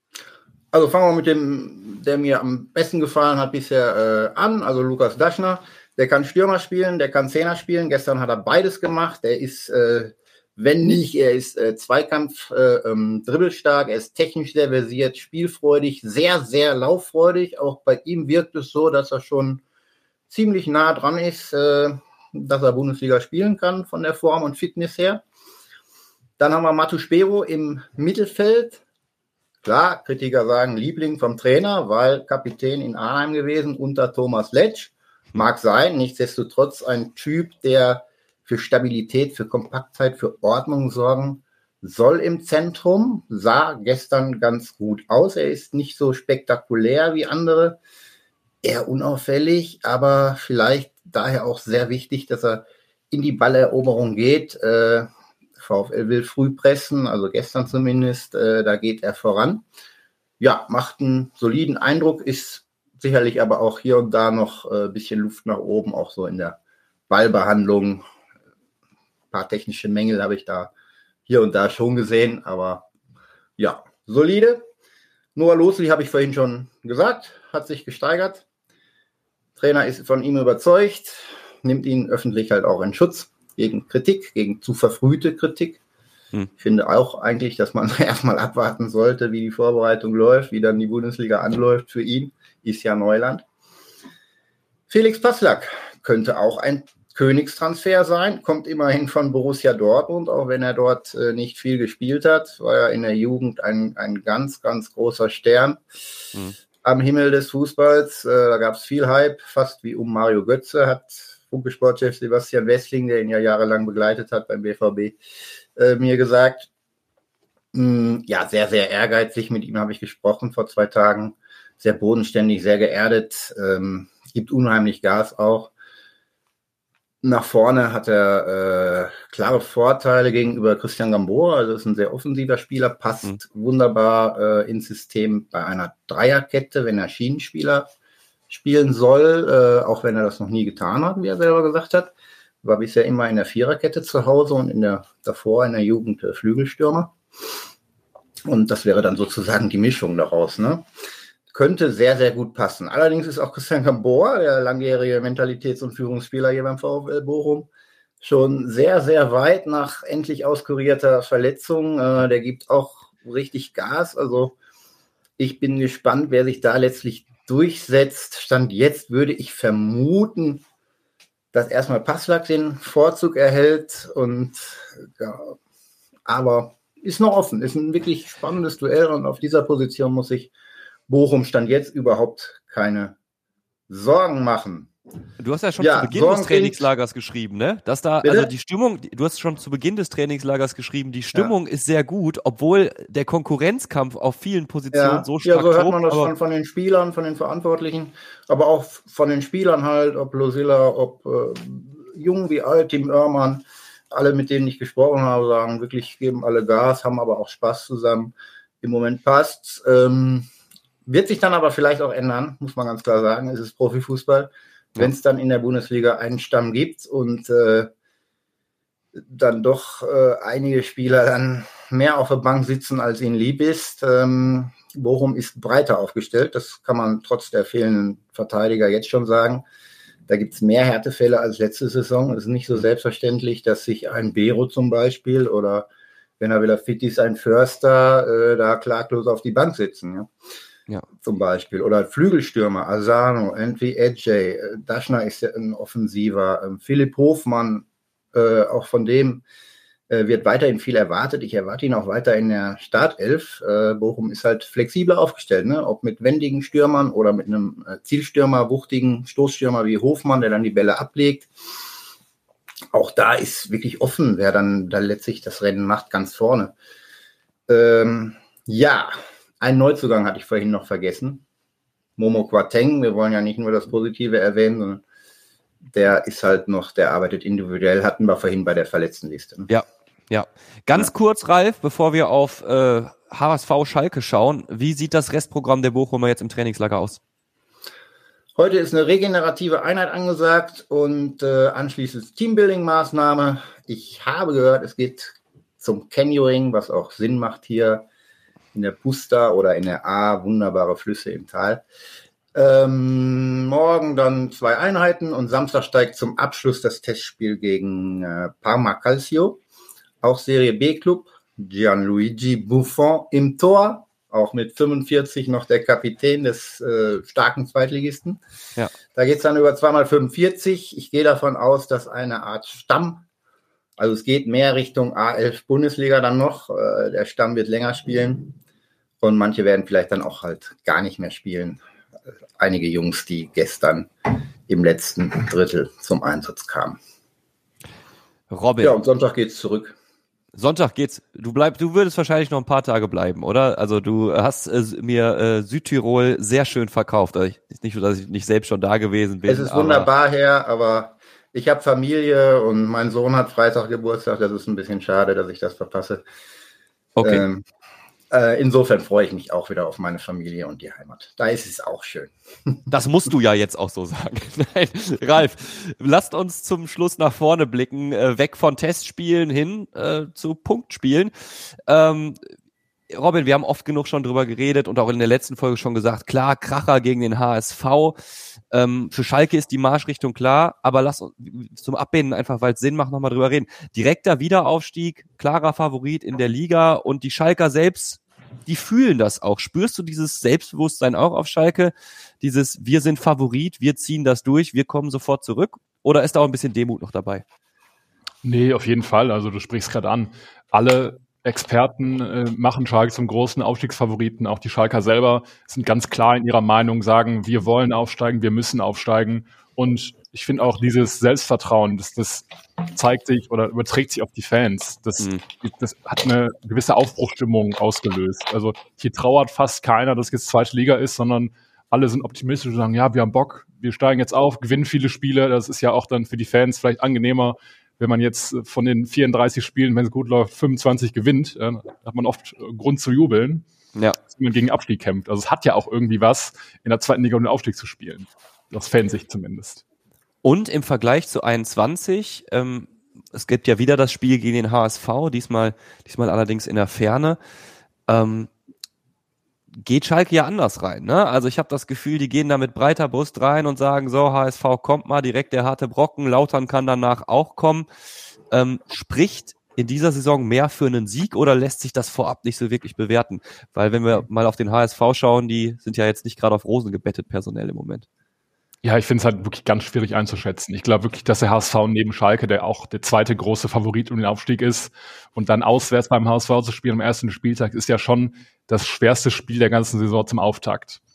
[SPEAKER 5] Also fangen wir mit dem, der mir am besten gefallen hat bisher äh, an, also Lukas Daschner. Der kann Stürmer spielen, der kann Zehner spielen. Gestern hat er beides gemacht. Der ist, äh, wenn nicht, er ist äh, Zweikampf, äh, ähm, dribbelstark, er ist technisch sehr versiert, spielfreudig, sehr, sehr lauffreudig. Auch bei ihm wirkt es so, dass er schon ziemlich nah dran ist, äh, dass er Bundesliga spielen kann von der Form und Fitness her. Dann haben wir Matu Spero im Mittelfeld. Klar, Kritiker sagen Liebling vom Trainer, weil Kapitän in Arnheim gewesen unter Thomas Letsch. Mag sein, nichtsdestotrotz ein Typ, der für Stabilität, für Kompaktheit, für Ordnung sorgen soll im Zentrum. Sah gestern ganz gut aus. Er ist nicht so spektakulär wie andere, eher unauffällig, aber vielleicht daher auch sehr wichtig, dass er in die Balleroberung geht. Äh, VfL will früh pressen, also gestern zumindest, äh, da geht er voran. Ja, macht einen soliden Eindruck, ist sicherlich aber auch hier und da noch ein äh, bisschen Luft nach oben, auch so in der Ballbehandlung. Ein paar technische Mängel habe ich da hier und da schon gesehen, aber ja, solide. Noah Losli habe ich vorhin schon gesagt, hat sich gesteigert. Trainer ist von ihm überzeugt, nimmt ihn öffentlich halt auch in Schutz gegen Kritik, gegen zu verfrühte Kritik. Hm. Ich finde auch eigentlich, dass man erstmal abwarten sollte, wie die Vorbereitung läuft, wie dann die Bundesliga anläuft für ihn. Ist ja Neuland. Felix Passlack könnte auch ein Königstransfer sein, kommt immerhin von Borussia Dortmund, auch wenn er dort äh, nicht viel gespielt hat, war ja in der Jugend ein, ein ganz, ganz großer Stern mhm. am Himmel des Fußballs. Äh, da gab es viel Hype, fast wie um Mario Götze, hat Funke-Sportchef Sebastian Wessling, der ihn ja jahrelang begleitet hat beim B V B, äh, mir gesagt. Mh, ja, sehr, sehr ehrgeizig, mit ihm habe ich gesprochen vor zwei Tagen. Sehr bodenständig, sehr geerdet, ähm, gibt unheimlich Gas auch. Nach vorne hat er äh, klare Vorteile gegenüber Christian Gamboa, also ist ein sehr offensiver Spieler, passt mhm. wunderbar äh, ins System bei einer Dreierkette, wenn er Schienenspieler spielen soll, äh, auch wenn er das noch nie getan hat, wie er selber gesagt hat. War bisher immer in der Viererkette zu Hause und in der davor in der Jugend äh, Flügelstürmer. Und das wäre dann sozusagen die Mischung daraus, ne? Könnte sehr, sehr gut passen. Allerdings ist auch Christian Gamboa, der langjährige Mentalitäts- und Führungsspieler hier beim VfL Bochum, schon sehr, sehr weit nach endlich auskurierter Verletzung. Äh, der gibt auch richtig Gas. Also ich bin gespannt, wer sich da letztlich durchsetzt. Stand jetzt würde ich vermuten, dass erstmal Passlack den Vorzug erhält. Und ja, aber ist noch offen. Ist ein wirklich spannendes Duell und auf dieser Position muss ich Bochum Stand jetzt überhaupt keine Sorgen machen.
[SPEAKER 4] Du hast ja schon
[SPEAKER 5] Ja,
[SPEAKER 4] zu Beginn
[SPEAKER 5] Sorgenkind.
[SPEAKER 4] des Trainingslagers geschrieben, ne? Dass da,
[SPEAKER 5] Bitte?
[SPEAKER 4] also die Stimmung, du hast schon zu Beginn des Trainingslagers geschrieben, die Stimmung ja. ist sehr gut, obwohl der Konkurrenzkampf auf vielen Positionen
[SPEAKER 5] ja.
[SPEAKER 4] so stark
[SPEAKER 5] Ja, so hört
[SPEAKER 4] tobt,
[SPEAKER 5] man das
[SPEAKER 4] aber
[SPEAKER 5] von, von den Spielern, von den Verantwortlichen, aber auch von den Spielern halt, ob Losilla, ob äh, jung wie alt, Tim Oermann, alle, mit denen ich gesprochen habe, sagen wirklich, geben alle Gas, haben aber auch Spaß zusammen. Im Moment passt's. Ähm, wird sich dann aber vielleicht auch ändern, muss man ganz klar sagen. Es ist Profifußball. Wenn es dann in der Bundesliga einen Stamm gibt und äh, dann doch äh, einige Spieler dann mehr auf der Bank sitzen, als ihnen lieb ist. Ähm, Bochum ist breiter aufgestellt, das kann man trotz der fehlenden Verteidiger jetzt schon sagen. Da gibt es mehr Härtefälle als letzte Saison. Es ist nicht so selbstverständlich, dass sich ein Bero zum Beispiel oder wenn er wieder fit ist, ein Förster äh, da klaglos auf die Bank sitzen. Ja? Ja. Zum Beispiel. Oder Flügelstürmer, Asano, Entwi Ejay, Daschner ist ja ein Offensiver, ähm, Philipp Hofmann, äh, auch von dem äh, wird weiterhin viel erwartet. Ich erwarte ihn auch weiter in der Startelf. Äh, Bochum ist halt flexibler aufgestellt, ne? Ob mit wendigen Stürmern oder mit einem äh, Zielstürmer, wuchtigen Stoßstürmer wie Hofmann, der dann die Bälle ablegt. Auch da ist wirklich offen, wer dann, dann letztlich das Rennen macht, ganz vorne. Ähm, ja, Ein Neuzugang hatte ich vorhin noch vergessen. Momo Quateng, wir wollen ja nicht nur das Positive erwähnen, sondern der ist halt noch, der arbeitet individuell, hatten wir vorhin bei der Verletztenliste. Ne?
[SPEAKER 4] Ja, ja. Ganz ja. kurz, Ralf, bevor wir auf äh, H S V Schalke schauen, wie sieht das Restprogramm der Bochumer jetzt im Trainingslager aus?
[SPEAKER 5] Heute ist eine regenerative Einheit angesagt und äh, anschließend Teambuilding-Maßnahme. Ich habe gehört, es geht zum Canyoning, was auch Sinn macht hier in der Pusta oder in der A, wunderbare Flüsse im Tal. Ähm, morgen dann zwei Einheiten und Samstag steigt zum Abschluss das Testspiel gegen äh, Parma Calcio. Auch Serie B-Club, Gianluigi Buffon im Tor, auch mit fünfundvierzig noch der Kapitän des äh, starken Zweitligisten. Ja. Da geht es dann über zwei mal fünfundvierzig. Ich gehe davon aus, dass eine Art Stamm, also es geht mehr Richtung A elf Bundesliga dann noch, äh, der Stamm wird länger spielen. Und manche werden vielleicht dann auch halt gar nicht mehr spielen. Einige Jungs, die gestern im letzten Drittel zum Einsatz kamen.
[SPEAKER 4] Robin.
[SPEAKER 5] Ja, und Sonntag geht's zurück.
[SPEAKER 4] Sonntag geht's. Du bleib, du würdest wahrscheinlich noch ein paar Tage bleiben, oder? Also du hast äh, mir äh, Südtirol sehr schön verkauft. Also ich, nicht so, dass ich nicht selbst schon da gewesen bin.
[SPEAKER 5] Es ist wunderbar her, aber ich habe Familie und mein Sohn hat Freitag Geburtstag. Das ist ein bisschen schade, dass ich das verpasse. Okay. Ähm, Äh, insofern freue ich mich auch wieder auf meine Familie und die Heimat. Da ist es auch schön.
[SPEAKER 4] Das musst du ja jetzt auch so sagen. Nein, Ralf, lasst uns zum Schluss nach vorne blicken, äh, weg von Testspielen hin äh, zu Punktspielen. Ähm, Robin, wir haben oft genug schon drüber geredet und auch in der letzten Folge schon gesagt, klar, Kracher gegen den H S V. Ähm, für Schalke ist die Marschrichtung klar, aber lass uns zum Abbinden einfach, weil es Sinn macht, nochmal drüber reden. Direkter Wiederaufstieg, klarer Favorit in der Liga und die Schalker selbst, die fühlen das auch. Spürst du dieses Selbstbewusstsein auch auf Schalke? Dieses, wir sind Favorit, wir ziehen das durch, wir kommen sofort zurück? Oder ist da auch ein bisschen Demut noch dabei?
[SPEAKER 6] Nee, auf jeden Fall. Also du sprichst gerade an. Alle Experten äh, machen Schalke zum großen Aufstiegsfavoriten. Auch die Schalker selber sind ganz klar in ihrer Meinung, sagen, wir wollen aufsteigen, wir müssen aufsteigen. Und ich finde auch dieses Selbstvertrauen, das, das zeigt sich oder überträgt sich auf die Fans. Das, mhm. das hat eine gewisse Aufbruchstimmung ausgelöst. Also hier trauert fast keiner, dass jetzt zweite Liga ist, sondern alle sind optimistisch und sagen, ja, wir haben Bock, wir steigen jetzt auf, gewinnen viele Spiele. Das ist ja auch dann für die Fans vielleicht angenehmer, wenn man jetzt von den vierunddreißig Spielen, wenn es gut läuft, fünfundzwanzig gewinnt, äh, hat man oft Grund zu jubeln, ja. dass man gegen Abstieg kämpft. Also es hat ja auch irgendwie was, in der zweiten Liga um den Aufstieg zu spielen. Aus Fansicht zumindest.
[SPEAKER 4] Und im Vergleich zu einundzwanzig, ähm, es gibt ja wieder das Spiel gegen den H S V, diesmal, diesmal allerdings in der Ferne, ähm, geht Schalke ja anders rein, ne? Also ich habe das Gefühl, die gehen da mit breiter Brust rein und sagen, so, H S V kommt mal, direkt der harte Brocken, Lautern kann danach auch kommen. Ähm, spricht in dieser Saison mehr für einen Sieg oder lässt sich das vorab nicht so wirklich bewerten? Weil wenn wir mal auf den H S V schauen, die sind ja jetzt nicht gerade auf Rosen gebettet personell im Moment.
[SPEAKER 6] Ja, ich finde es halt wirklich ganz schwierig einzuschätzen. Ich glaube wirklich, dass der H S V neben Schalke, der auch der zweite große Favorit um den Aufstieg ist, und dann auswärts beim H S V zu spielen am ersten Spieltag, ist ja schon das schwerste Spiel der ganzen Saison zum Auftakt.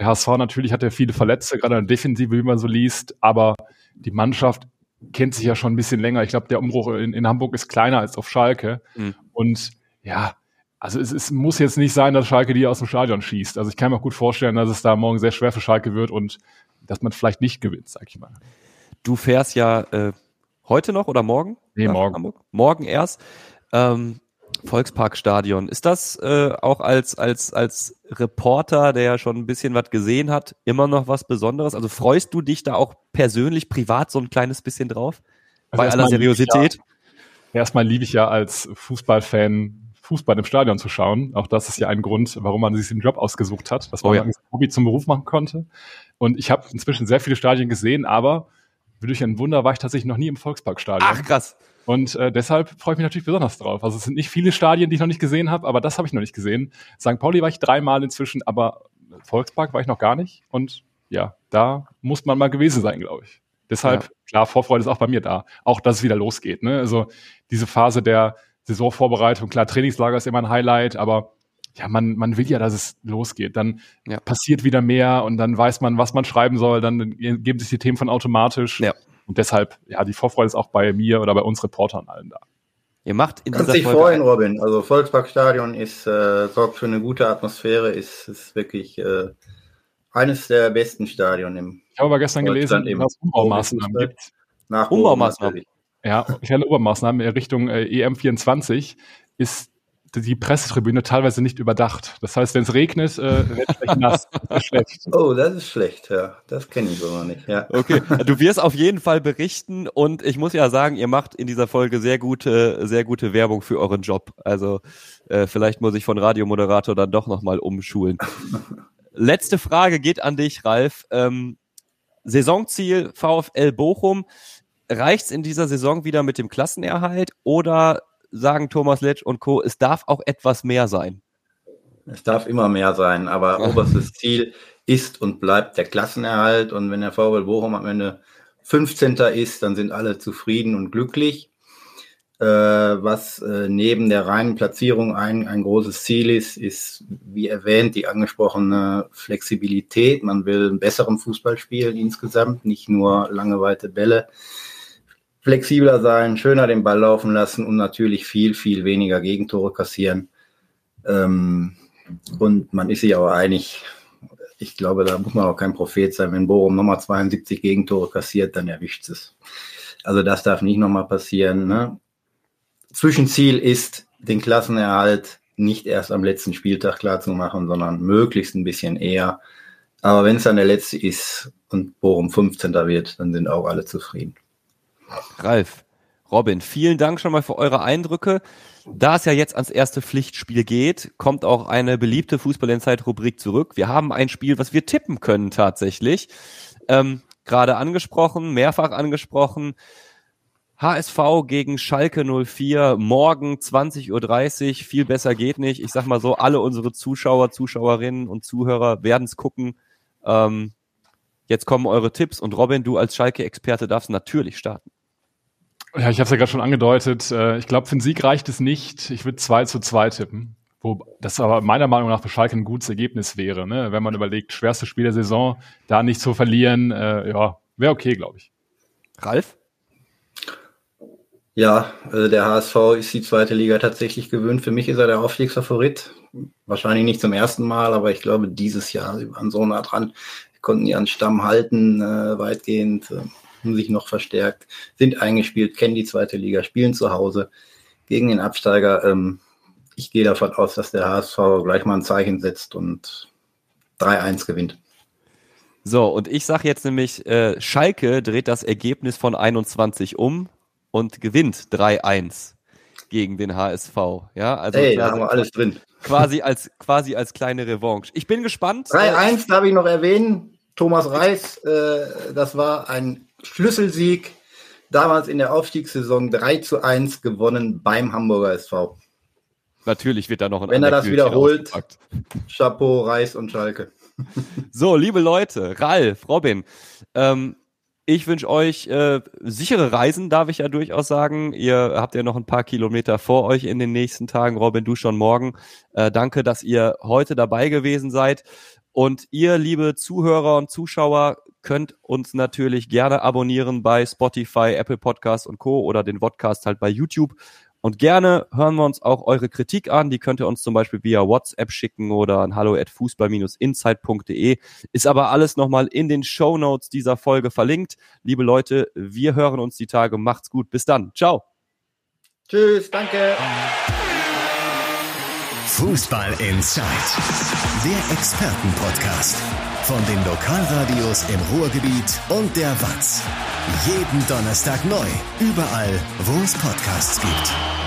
[SPEAKER 6] Der H S V natürlich hat ja viele Verletzte, gerade in der Defensive, wie man so liest, aber die Mannschaft kennt sich ja schon ein bisschen länger. Ich glaube, der Umbruch in, in Hamburg ist kleiner als auf Schalke. Mhm. Und ja, also es, es muss jetzt nicht sein, dass Schalke die aus dem Stadion schießt. Also ich kann mir auch gut vorstellen, dass es da morgen sehr schwer für Schalke wird und dass man vielleicht nicht gewinnt, sag ich mal.
[SPEAKER 4] Du fährst ja äh, heute noch oder morgen?
[SPEAKER 6] Nee, morgen.
[SPEAKER 4] Hamburg? Morgen erst. Ähm, Volksparkstadion. Ist das äh, auch als als als Reporter, der ja schon ein bisschen was gesehen hat, immer noch was Besonderes? Also freust du dich da auch persönlich, privat so ein kleines bisschen drauf?
[SPEAKER 6] Also
[SPEAKER 4] bei aller Seriosität?
[SPEAKER 6] Ja, erstmal liebe ich ja als Fußballfan, Fußball im Stadion zu schauen. Auch das ist ja ein Grund, warum man sich den Job ausgesucht hat, dass man oh ja. ein Hobby zum Beruf machen konnte. Und ich habe inzwischen sehr viele Stadien gesehen, aber durch ein Wunder war ich tatsächlich noch nie im Volksparkstadion.
[SPEAKER 4] Ach, krass.
[SPEAKER 6] Und äh, deshalb freue ich mich natürlich besonders drauf. Also es sind nicht viele Stadien, die ich noch nicht gesehen habe, aber das habe ich noch nicht gesehen. Sankt Pauli war ich dreimal inzwischen, aber Volkspark war ich noch gar nicht. Und ja, da muss man mal gewesen sein, glaube ich. Deshalb, ja. klar, Vorfreude ist auch bei mir da. Auch, dass es wieder losgeht. Ne? Also diese Phase der Saisonvorbereitung, klar, Trainingslager ist immer ein Highlight, aber ja, man, man will ja, dass es losgeht. Dann ja. passiert wieder mehr und dann weiß man, was man schreiben soll. Dann geben sich die Themen von automatisch. Ja. Und deshalb, ja, die Vorfreude ist auch bei mir oder bei uns Reportern allen da.
[SPEAKER 4] Ihr macht in
[SPEAKER 5] Kannst
[SPEAKER 4] dieser
[SPEAKER 5] dich
[SPEAKER 4] Folge
[SPEAKER 5] freuen, Robin. Also Volksparkstadion ist, äh, sorgt für eine gute Atmosphäre, ist, ist wirklich äh, eines der besten Stadien im
[SPEAKER 6] Ich habe aber gestern gelesen, dass es Umbaumaßnahmen gibt.
[SPEAKER 5] Nach
[SPEAKER 4] Umbaumaßnahmen.
[SPEAKER 6] Ja, kleine Umbaumaßnahmen in Richtung äh, E M vierundzwanzig ist die Pressetribüne teilweise nicht überdacht. Das heißt, wenn es regnet, äh, wird es schlecht nass. Das ist schlecht.
[SPEAKER 5] Oh, das ist schlecht, ja. Das kenne ich so noch nicht, ja.
[SPEAKER 4] Okay, du wirst auf jeden Fall berichten und ich muss ja sagen, ihr macht in dieser Folge sehr gute, sehr gute Werbung für euren Job. Also äh, vielleicht muss ich von Radiomoderator dann doch nochmal umschulen. Letzte Frage geht an dich, Ralf. Ähm, Saisonziel VfL Bochum. Reicht's in dieser Saison wieder mit dem Klassenerhalt oder sagen Thomas Letsch und Co., es darf auch etwas mehr sein?
[SPEAKER 5] Es darf immer mehr sein, aber ja. oberstes Ziel ist und bleibt der Klassenerhalt. Und wenn der VfL Bochum am Ende fünfzehnter ist, dann sind alle zufrieden und glücklich. Äh, was äh, neben der reinen Platzierung ein, ein großes Ziel ist, ist, wie erwähnt, die angesprochene Flexibilität. Man will einen besseren Fußball spielen insgesamt, nicht nur lange, weite Bälle. Flexibler sein, schöner den Ball laufen lassen und natürlich viel, viel weniger Gegentore kassieren. Ähm, und man ist sich aber einig, ich glaube, da muss man auch kein Prophet sein, wenn Bochum nochmal zweiundsiebzig Gegentore kassiert, dann erwischt es. Also das darf nicht nochmal passieren. Ne? Zwischenziel ist, den Klassenerhalt nicht erst am letzten Spieltag klar zu machen, sondern möglichst ein bisschen eher. Aber wenn es dann der letzte ist und Bochum fünfzehnter wird, dann sind auch alle zufrieden.
[SPEAKER 4] Ralf, Robin, vielen Dank schon mal für eure Eindrücke. Da es ja jetzt ans erste Pflichtspiel geht, kommt auch eine beliebte Fußball-Insight-Rubrik zurück. Wir haben ein Spiel, was wir tippen können tatsächlich. Ähm, gerade angesprochen, mehrfach angesprochen. H S V gegen Schalke null vier, morgen zwanzig Uhr dreißig, viel besser geht nicht. Ich sag mal so, alle unsere Zuschauer, Zuschauerinnen und Zuhörer werden es gucken. Ähm, jetzt kommen eure Tipps und Robin, du als Schalke-Experte darfst natürlich starten.
[SPEAKER 6] Ja, ich habe es ja gerade schon angedeutet. Ich glaube, für den Sieg reicht es nicht. Ich würde zwei zu zwei tippen. Wo das aber meiner Meinung nach für Schalke ein gutes Ergebnis wäre. Ne? Wenn man überlegt, schwerstes Spiel der Saison, da nicht zu verlieren, äh, ja, wäre okay, glaube ich.
[SPEAKER 4] Ralf?
[SPEAKER 5] Ja, also der H S V ist die zweite Liga tatsächlich gewöhnt. Für mich ist er der Aufstiegsfavorit. Wahrscheinlich nicht zum ersten Mal, aber ich glaube, dieses Jahr, sie waren so nah dran, konnten ihren Stamm halten, äh, weitgehend. Äh, haben sich noch verstärkt, sind eingespielt, kennen die zweite Liga, spielen zu Hause gegen den Absteiger. Ähm, ich gehe davon aus, dass der H S V gleich mal ein Zeichen setzt und drei eins gewinnt.
[SPEAKER 4] So, und ich sage jetzt nämlich, äh, Schalke dreht das Ergebnis von einundzwanzig um und gewinnt drei eins gegen den H S V. Ja, also
[SPEAKER 5] hey, da haben wir alles drin.
[SPEAKER 4] Quasi als, quasi als kleine Revanche. Ich bin gespannt.
[SPEAKER 5] drei eins darf ich noch erwähnen. Thomas Reis, äh, das war ein Schlüsselsieg, damals in der Aufstiegssaison drei zu eins gewonnen beim Hamburger S V.
[SPEAKER 4] Natürlich wird da noch ein
[SPEAKER 5] Wenn er das wiederholt, Chapeau, Reis und Schalke.
[SPEAKER 4] So, liebe Leute, Ralf, Robin, ähm, Ich wünsche euch äh, sichere Reisen, darf ich ja durchaus sagen. Ihr habt ja noch ein paar Kilometer vor euch in den nächsten Tagen. Robin, du schon morgen. Äh, danke, dass ihr heute dabei gewesen seid. Und ihr, liebe Zuhörer und Zuschauer, könnt uns natürlich gerne abonnieren bei Spotify, Apple Podcasts und Co. oder den Vodcast halt bei YouTube. Und gerne hören wir uns auch eure Kritik an. Die könnt ihr uns zum Beispiel via WhatsApp schicken oder an hallo at fußball Bindestrich insight punkt de. Ist aber alles nochmal in den Shownotes dieser Folge verlinkt. Liebe Leute, wir hören uns die Tage. Macht's gut. Bis dann. Ciao.
[SPEAKER 5] Tschüss, danke.
[SPEAKER 2] Fußball Insight, der Expertenpodcast von den Lokalradios im Ruhrgebiet und der W A Z. Jeden Donnerstag neu, überall, wo es Podcasts gibt.